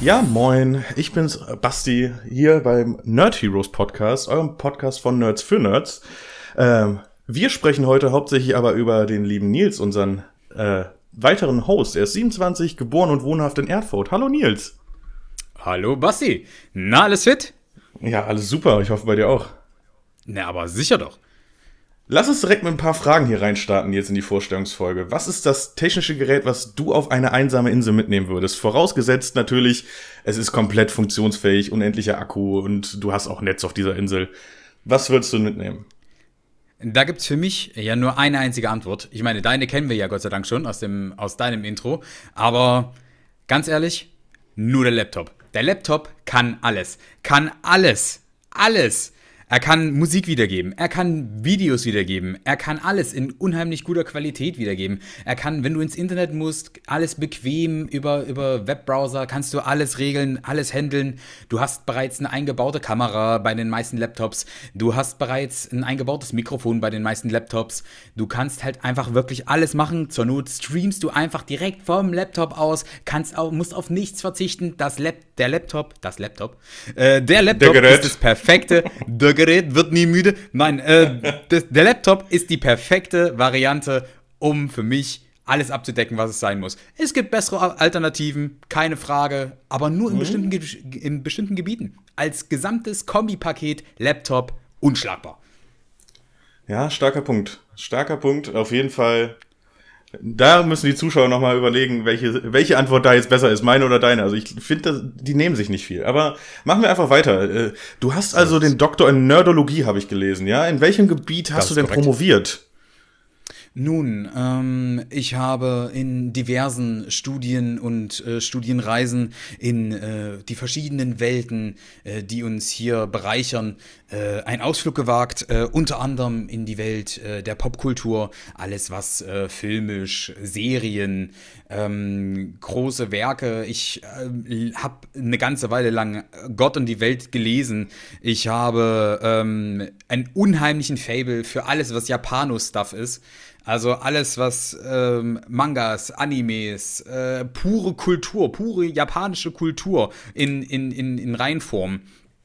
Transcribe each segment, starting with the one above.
Ja, moin, ich bin's, Basti, hier beim Nerd Heroes Podcast, eurem Podcast von Nerds für Nerds. Wir sprechen heute hauptsächlich aber über den lieben Nils, unseren weiteren Host. Er ist 27, geboren und wohnhaft in Erfurt. Hallo Nils. Hallo Basti. Na, alles fit? Ja, alles super, ich hoffe bei dir auch. Na, aber sicher doch. Lass uns direkt mit ein paar Fragen hier reinstarten jetzt in die Vorstellungsfolge. Was ist das technische Gerät, was du auf eine einsame Insel mitnehmen würdest? Vorausgesetzt natürlich, es ist komplett funktionsfähig, unendlicher Akku und du hast auch Netz auf dieser Insel. Was würdest du mitnehmen? Da gibt's für mich ja nur eine einzige Antwort. Ich meine, deine kennen wir ja Gott sei Dank schon aus deinem Intro. Aber ganz ehrlich, nur der Laptop. Der Laptop kann alles. Kann alles. Alles. Er kann Musik wiedergeben, er kann Videos wiedergeben, er kann alles in unheimlich guter Qualität wiedergeben. Er kann, wenn du ins Internet musst, alles bequem über Webbrowser, kannst du alles regeln, alles handeln. Du hast bereits eine eingebaute Kamera bei den meisten Laptops. Du hast bereits ein eingebautes Mikrofon bei den meisten Laptops. Du kannst halt einfach wirklich alles machen. Zur Not streamst du einfach direkt vom Laptop aus, musst auf nichts verzichten. Der Laptop ist das perfekte. Der Gerät wird nie müde. Nein, der Laptop ist die perfekte Variante, um für mich alles abzudecken, was es sein muss. Es gibt bessere Alternativen, keine Frage, aber nur in bestimmten Gebieten. Als gesamtes Kombipaket Laptop unschlagbar. Ja, starker Punkt. Starker Punkt, auf jeden Fall. Da müssen die Zuschauer nochmal überlegen, welche Antwort da jetzt besser ist, meine oder deine. Also ich finde, die nehmen sich nicht viel. Aber machen wir einfach weiter. Du hast also den Doktor in Nerdologie, habe ich gelesen, ja? In welchem Gebiet hast du denn promoviert? Nun, ich habe in diversen Studien und Studienreisen in die verschiedenen Welten, die uns hier bereichern, einen Ausflug gewagt, unter anderem in die Welt der Popkultur, alles was filmisch, Serien, große Werke. Ich habe eine ganze Weile lang Gott und die Welt gelesen. Ich habe einen unheimlichen Faible für alles, was Japano-Stuff ist. Also alles, was Mangas, Animes, pure Kultur, pure japanische Kultur in Reinform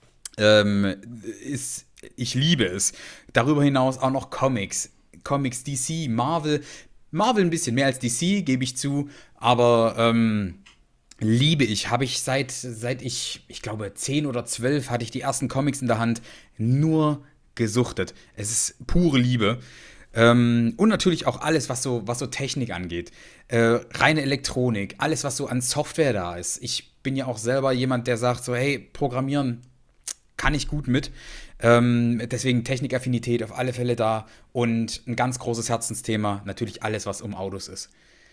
ist, ich liebe es. Darüber hinaus auch noch Comics, DC, Marvel ein bisschen mehr als DC, gebe ich zu, aber liebe ich, habe ich seit ich glaube 10 oder 12 hatte ich die ersten Comics in der Hand, nur gesuchtet. Es ist pure Liebe. Und natürlich auch alles, was so Technik angeht. Reine Elektronik, alles, was so an Software da ist. Ich bin ja auch selber jemand, der sagt so, hey, Programmieren kann ich gut mit. Deswegen Technikaffinität auf alle Fälle da. Und ein ganz großes Herzensthema, natürlich alles, was um Autos ist.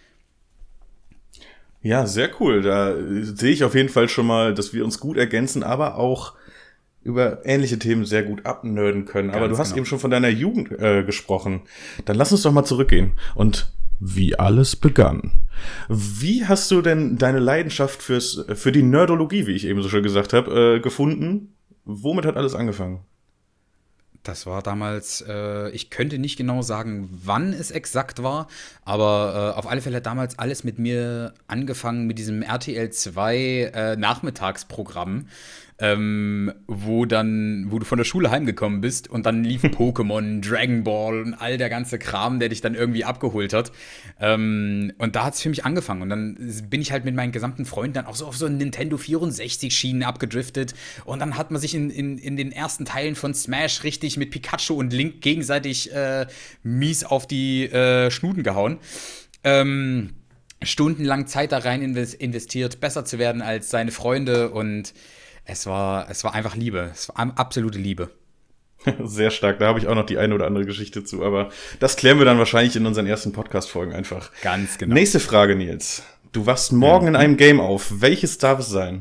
Ja, sehr cool. Da sehe ich auf jeden Fall schon mal, dass wir uns gut ergänzen, aber auch über ähnliche Themen sehr gut abnörden können. Aber du hast eben schon von deiner Jugend gesprochen. Dann lass uns doch mal zurückgehen. Und wie alles begann. Wie hast du denn deine Leidenschaft für die Nerdologie, wie ich eben so schön gesagt habe, gefunden? Womit hat alles angefangen? Das war damals, ich könnte nicht genau sagen, wann es exakt war, aber auf alle Fälle hat damals alles mit mir angefangen mit diesem RTL 2 Nachmittagsprogramm, wo du von der Schule heimgekommen bist und dann lief Pokémon, Dragon Ball und all der ganze Kram, der dich dann irgendwie abgeholt hat. Und da hat es für mich angefangen. Und dann bin ich halt mit meinen gesamten Freunden dann auch so auf so Nintendo 64-Schienen abgedriftet. Und dann hat man sich in den ersten Teilen von Smash richtig mit Pikachu und Link gegenseitig mies auf die Schnuten gehauen. Stundenlang Zeit da rein investiert, besser zu werden als seine Freunde, und es war einfach Liebe. Es war absolute Liebe. Sehr stark. Da habe ich auch noch die eine oder andere Geschichte zu. Aber das klären wir dann wahrscheinlich in unseren ersten Podcast-Folgen einfach. Ganz genau. Nächste Frage, Nils. Du wachst morgen in einem Game auf. Welches darf es sein?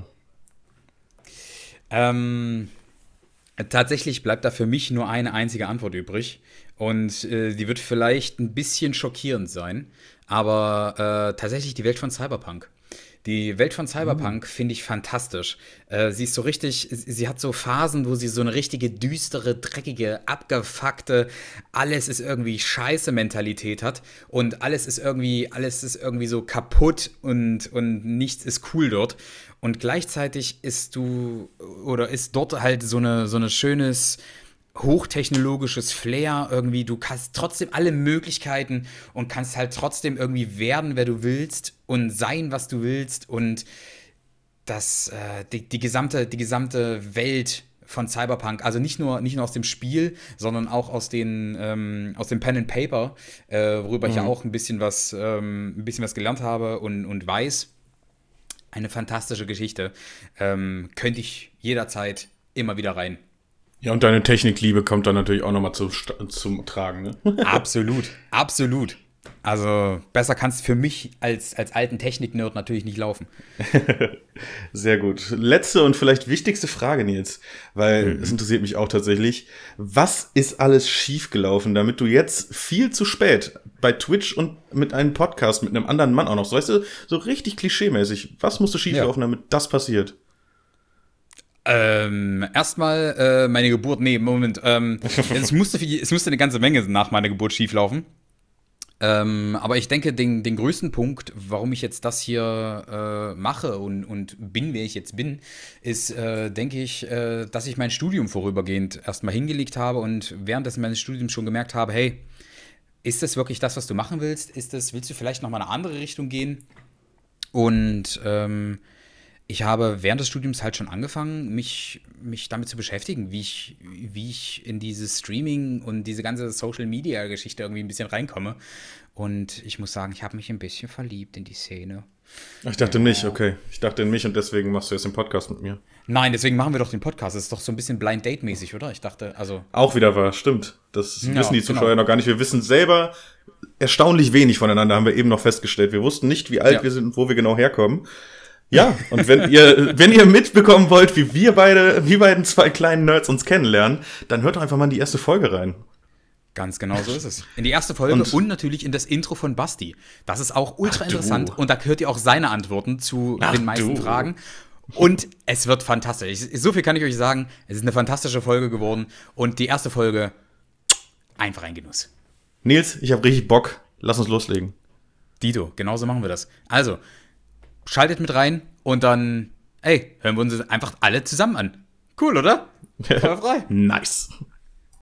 Tatsächlich bleibt da für mich nur eine einzige Antwort übrig. Und die wird vielleicht ein bisschen schockierend sein. Aber tatsächlich die Welt von Cyberpunk. Die Welt von Cyberpunk finde ich fantastisch. Sie ist so richtig, sie hat so Phasen, wo sie so eine richtige düstere, dreckige, abgefuckte, alles ist irgendwie scheiße Mentalität hat und alles ist irgendwie so kaputt und nichts ist cool dort. Und gleichzeitig ist dort halt so eine schönes hochtechnologisches Flair irgendwie, du hast trotzdem alle Möglichkeiten und kannst halt trotzdem irgendwie werden, wer du willst und sein, was du willst und die gesamte Welt von Cyberpunk, also nicht nur aus dem Spiel, sondern auch aus dem Pen and Paper, worüber ich ja auch ein bisschen was gelernt habe und weiß. Eine fantastische Geschichte. Könnte ich jederzeit immer wieder rein. Ja, und deine Technikliebe kommt dann natürlich auch nochmal zum Tragen, ne? Absolut, absolut. Also besser kann es für mich als alten Technik-Nerd natürlich nicht laufen. Sehr gut. Letzte und vielleicht wichtigste Frage, Nils, weil es interessiert mich auch tatsächlich. Was ist alles schiefgelaufen, damit du jetzt viel zu spät bei Twitch und mit einem Podcast mit einem anderen Mann auch noch, so, weißt du, so richtig klischeemäßig, was musste schieflaufen, damit das passiert? Erstmal meine Geburt, Moment. Es musste eine ganze Menge nach meiner Geburt schieflaufen. Aber ich denke, den größten Punkt, warum ich jetzt das hier mache und bin, wer ich jetzt bin, ist, denke ich, dass ich mein Studium vorübergehend erstmal hingelegt habe und währenddessen meines Studiums schon gemerkt habe, hey, ist das wirklich das, was du machen willst? Willst du vielleicht nochmal eine andere Richtung gehen? Und ich habe während des Studiums halt schon angefangen, mich damit zu beschäftigen, wie ich in dieses Streaming und diese ganze Social-Media-Geschichte irgendwie ein bisschen reinkomme. Und ich muss sagen, ich habe mich ein bisschen verliebt in die Szene. Ich dachte nicht, okay. Ich dachte in mich und deswegen machst du jetzt den Podcast mit mir. Nein, deswegen machen wir doch den Podcast. Das ist doch so ein bisschen Blind Date-mäßig, oder? Ich dachte, also... Auch wieder wahr, stimmt. Das wissen die Zuschauer noch gar nicht. Wir wissen selber erstaunlich wenig voneinander, haben wir eben noch festgestellt. Wir wussten nicht, wie alt wir sind und wo wir genau herkommen. Ja, und wenn ihr mitbekommen wollt, wie wir beiden zwei kleinen Nerds uns kennenlernen, dann hört doch einfach mal in die erste Folge rein. Ganz genau so ist es. In die erste Folge und natürlich in das Intro von Basti. Das ist auch ultra interessant und da hört ihr auch seine Antworten zu den meisten Fragen. Und es wird fantastisch. So viel kann ich euch sagen. Es ist eine fantastische Folge geworden und die erste Folge einfach ein Genuss. Nils, ich habe richtig Bock. Lass uns loslegen. Dito, genauso machen wir das. Also, schaltet mit rein und dann, hören wir uns einfach alle zusammen an. Cool, oder? Voll frei. Nice.